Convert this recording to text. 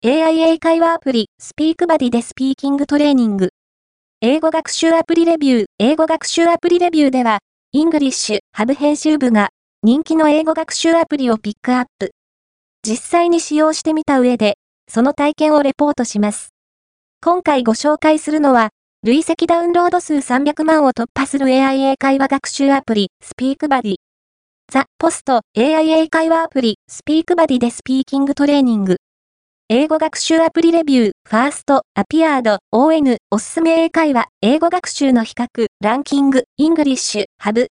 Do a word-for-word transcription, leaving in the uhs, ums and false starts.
エーアイ 英会話アプリ、スピークバディでスピーキングトレーニング。英語学習アプリレビュー。英語学習アプリレビューでは、イングリッシュハブ編集部が人気の英語学習アプリをピックアップ。実際に使用してみた上で、その体験をレポートします。今回ご紹介するのは、累積ダウンロード数さんびゃくまんを突破する エーアイ 英会話学習アプリ、スピークバディ。ザ・ポスト エーアイ 英会話アプリ、スピークバディでスピーキングトレーニング。英語学習アプリレビュー、ファースト、アピアード、オーエヌ、おすすめ英会話、英語学習の比較、ランキング、イングリッシュ、ハブ、